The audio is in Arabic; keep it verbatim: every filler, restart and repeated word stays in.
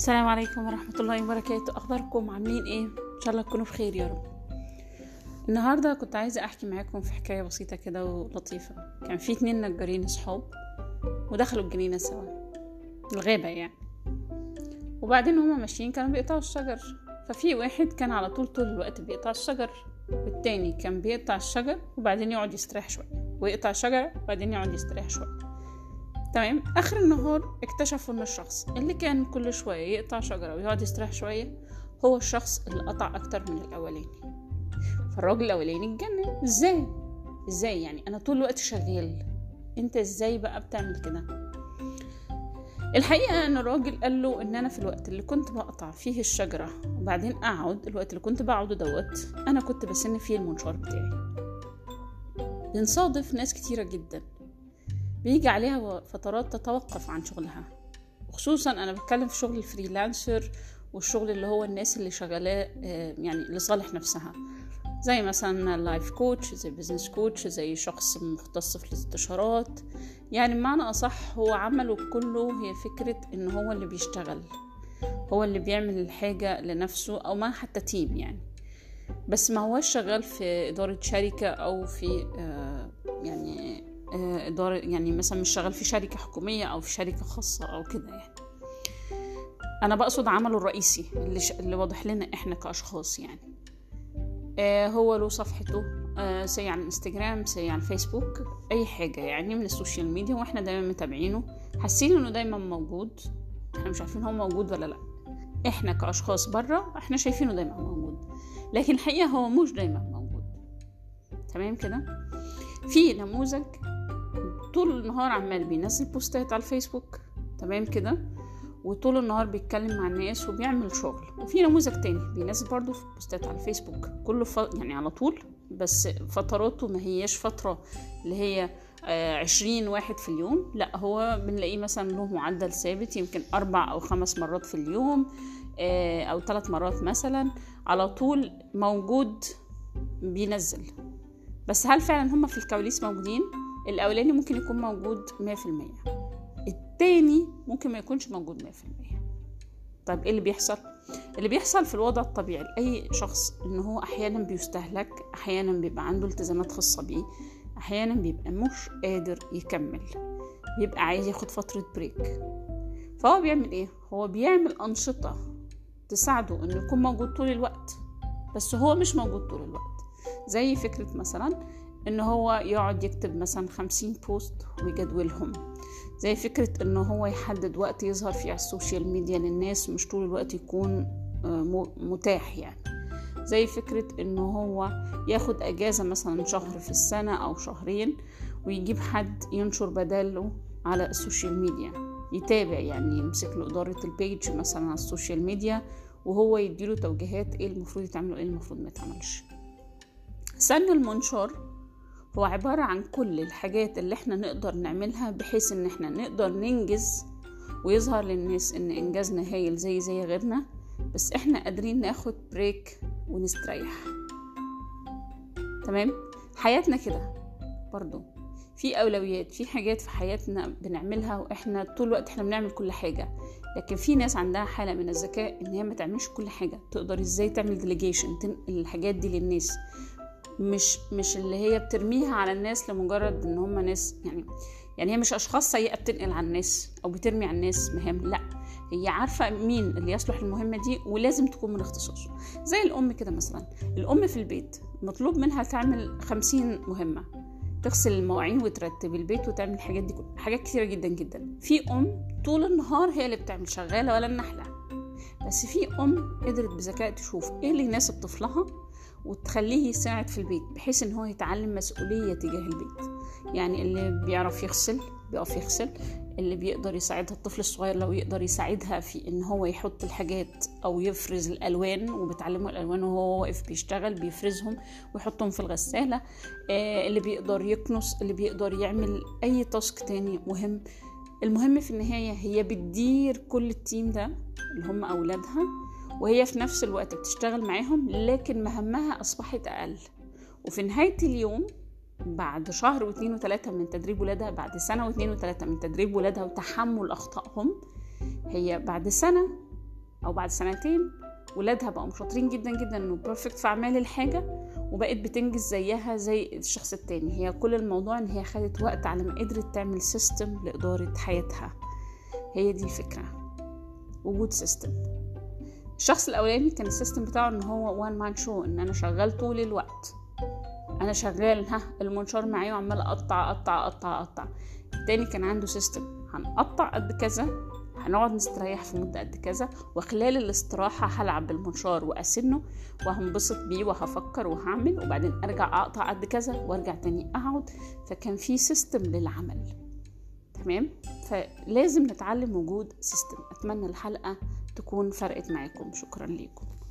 السلام عليكم ورحمة الله وبركاته. أخباركم عاملين إيه؟ إن شاء الله تكونوا بخير يا رب. النهاردة كنت عايزة أحكي معاكم في حكاية بسيطة كده ولطيفة. كان في اتنين نجارين صحاب ودخلوا الجنينة سوا، الغابة يعني. وبعدين هما ماشيين كانوا بيقطعوا الشجر، ففي واحد كان على طول طول الوقت بيقطع الشجر، والتاني كان بيقطع الشجر وبعدين يقعد يستريح شوية، ويقطع الشجر وبعدين يقعد يستريح شوية. تمام. اخر النهار اكتشفوا ان الشخص اللي كان كل شويه يقطع شجره ويقعد يستريح شويه هو الشخص اللي قطع اكتر من الاولاني. فالراجل الاولاني اتجنن، ازاي ازاي يعني انا طول الوقت شغال، انت ازاي بقى بتعمل كده؟ الحقيقه ان الراجل قال له ان انا في الوقت اللي كنت بقطع فيه الشجره وبعدين اقعد، الوقت اللي كنت بقعده دوت انا كنت بسن فيه المنشار بتاعي. بنصادف ناس كتيره جدا بيجي عليها فترات تتوقف عن شغلها، وخصوصا انا بتكلم في شغل الفريلانسر والشغل اللي هو الناس اللي شغالاه يعني لصالح نفسها، زي مثلا لايف كوتش، زي بيزنس كوتش، زي شخص مختص في الاستشارات. يعني بمعنى اصح هو عمله كله هي فكرة ان هو اللي بيشتغل، هو اللي بيعمل الحاجة لنفسه او ما حتى تيم يعني، بس ما هوش شغال في ادارة شركة او في آه يعني إدارة، يعني مثلا مش شغال في شركة حكومية أو في شركة خاصة أو كده. يعني أنا بقصد عمله الرئيسي اللي, ش... اللي واضح لنا إحنا كأشخاص. يعني آه هو له صفحته آه سي على الانستجرام، سي على الفيسبوك، أي حاجة يعني من السوشيال ميديا، وإحنا دايما متابعينه، حاسين إنه دايما موجود. إحنا مش عارفين هو موجود ولا لأ، إحنا كأشخاص برا إحنا شايفينه دايما موجود، لكن الحقيقة هو مش دايما موجود. تمام كده. في نموذج طول النهار عمال بينزل بوستات على الفيسبوك، تمام كده، وطول النهار بيتكلم مع الناس وبيعمل شغل. وفي نموذج تاني بينزل برضو في بوستات على الفيسبوك كله ف... يعني على طول، بس فتراته ما هيش فترة اللي هي آه عشرين واحد في اليوم، لا هو بنلاقيه مثلا له معدل ثابت، يمكن أربع أو خمس مرات في اليوم آه أو ثلاث مرات مثلا، على طول موجود بينزل. بس هل فعلا هم في الكواليس موجودين؟ الأولاني ممكن يكون موجود مية في المية، التاني ممكن ما يكونش موجود مية في المية. طيب ايه اللي بيحصل؟ اللي بيحصل في الوضع الطبيعي لأي شخص إنه هو أحيانا بيستهلك، أحيانا بيبقى عنده التزامات خاصة بيه، أحيانا بيبقى مش قادر يكمل، بيبقى عايز ياخد فترة بريك. فهو بيعمل ايه؟ هو بيعمل أنشطة تساعده إنه يكون موجود طول الوقت، بس هو مش موجود طول الوقت. زي فكرة مثلا ان هو يقعد يكتب مثلا خمسين بوست ويجدولهم، زي فكرة ان هو يحدد وقت يظهر فيه على السوشيال ميديا للناس، مش طول الوقت يكون متاح يعني، زي فكرة ان هو ياخد اجازة مثلا شهر في السنة او شهرين ويجيب حد ينشر بداله على السوشيال ميديا، يتابع يعني يمسك له ادارة البيج مثلا على السوشيال ميديا وهو يديله توجيهات ايه المفروض يتعمل وايه المفروض ما يتعملش. سن المنشار هو عبارة عن كل الحاجات اللي احنا نقدر نعملها بحيث ان احنا نقدر ننجز ويظهر للناس ان انجازنا هايل زي زي غيرنا، بس احنا قادرين ناخد بريك ونستريح. تمام. حياتنا كده برضو في اولويات، في حاجات في حياتنا بنعملها واحنا طول الوقت احنا بنعمل كل حاجة، لكن في ناس عندها حالة من الذكاء ان هي ما تعملش كل حاجة، تقدر ازاي تعمل ديليجيشن، تنقل الحاجات دي للناس، مش مش اللي هي بترميها على الناس لمجرد ان هم ناس يعني يعني هي مش اشخاص سيئة بتنقل على الناس او بترمي على الناس مهام، لا هي عارفة مين اللي يصلح المهمة دي ولازم تكون من اختصاصه. زي الام كده مثلا، الام في البيت مطلوب منها تعمل خمسين مهمة، تغسل المواعين وترتب البيت وتعمل الحاجات دي، حاجات كتيرة جدا جدا. في ام طول النهار هي اللي بتعمل، شغالة ولا النحلة، بس في ام قدرت بذكاء تشوف ايه اللي يناسب طفلها وتخليه يساعد في البيت بحيث ان هو يتعلم مسؤولية تجاه البيت. يعني اللي بيعرف يغسل بيقف يغسل، اللي بيقدر يساعدها الطفل الصغير لو يقدر يساعدها في ان هو يحط الحاجات او يفرز الالوان، وبتعلمه الالوان وهو واقف بيشتغل بيفرزهم ويحطهم في الغسالة، آه اللي بيقدر يكنس، اللي بيقدر يعمل اي تاسك تاني مهم. المهم في النهاية هي بتدير كل التيم ده اللي هم اولادها، وهي في نفس الوقت بتشتغل معاهم، لكن مهمها أصبحت أقل. وفي نهاية اليوم بعد شهر واثنين وثلاثة من تدريب ولادها، بعد سنة واثنين وثلاثة من تدريب ولادها وتحمل أخطائهم، هي بعد سنة او بعد سنتين ولادها بقوا شاطرين جدا جدا انه بيرفكت في اعمال الحاجه، وبقت بتنجز زيها زي الشخص التاني. هي كل الموضوع ان هي خدت وقت على ما قدرت تعمل سيستم لاداره حياتها. هي دي الفكره، وجود سيستم. الشخص الاولاني كان السيستم بتاعه ان هو وان مان شو، ان انا شغال طول الوقت، انا شغال ها المنشار معايا وعمال اقطع اقطع اقطع اقطع. التاني كان عنده سيستم، هنقطع قد كذا، هنقعد نستريح في مدة قد كذا، وخلال الاستراحة هلعب بالمنشار وأسنه وهنبسط بيه وهفكر وهعمل، وبعدين أرجع أقطع قد كذا وأرجع تاني أقعد. فكان في سيستم للعمل. تمام؟ فلازم نتعلم وجود سيستم. أتمنى الحلقة تكون فرقت معاكم. شكرا لكم.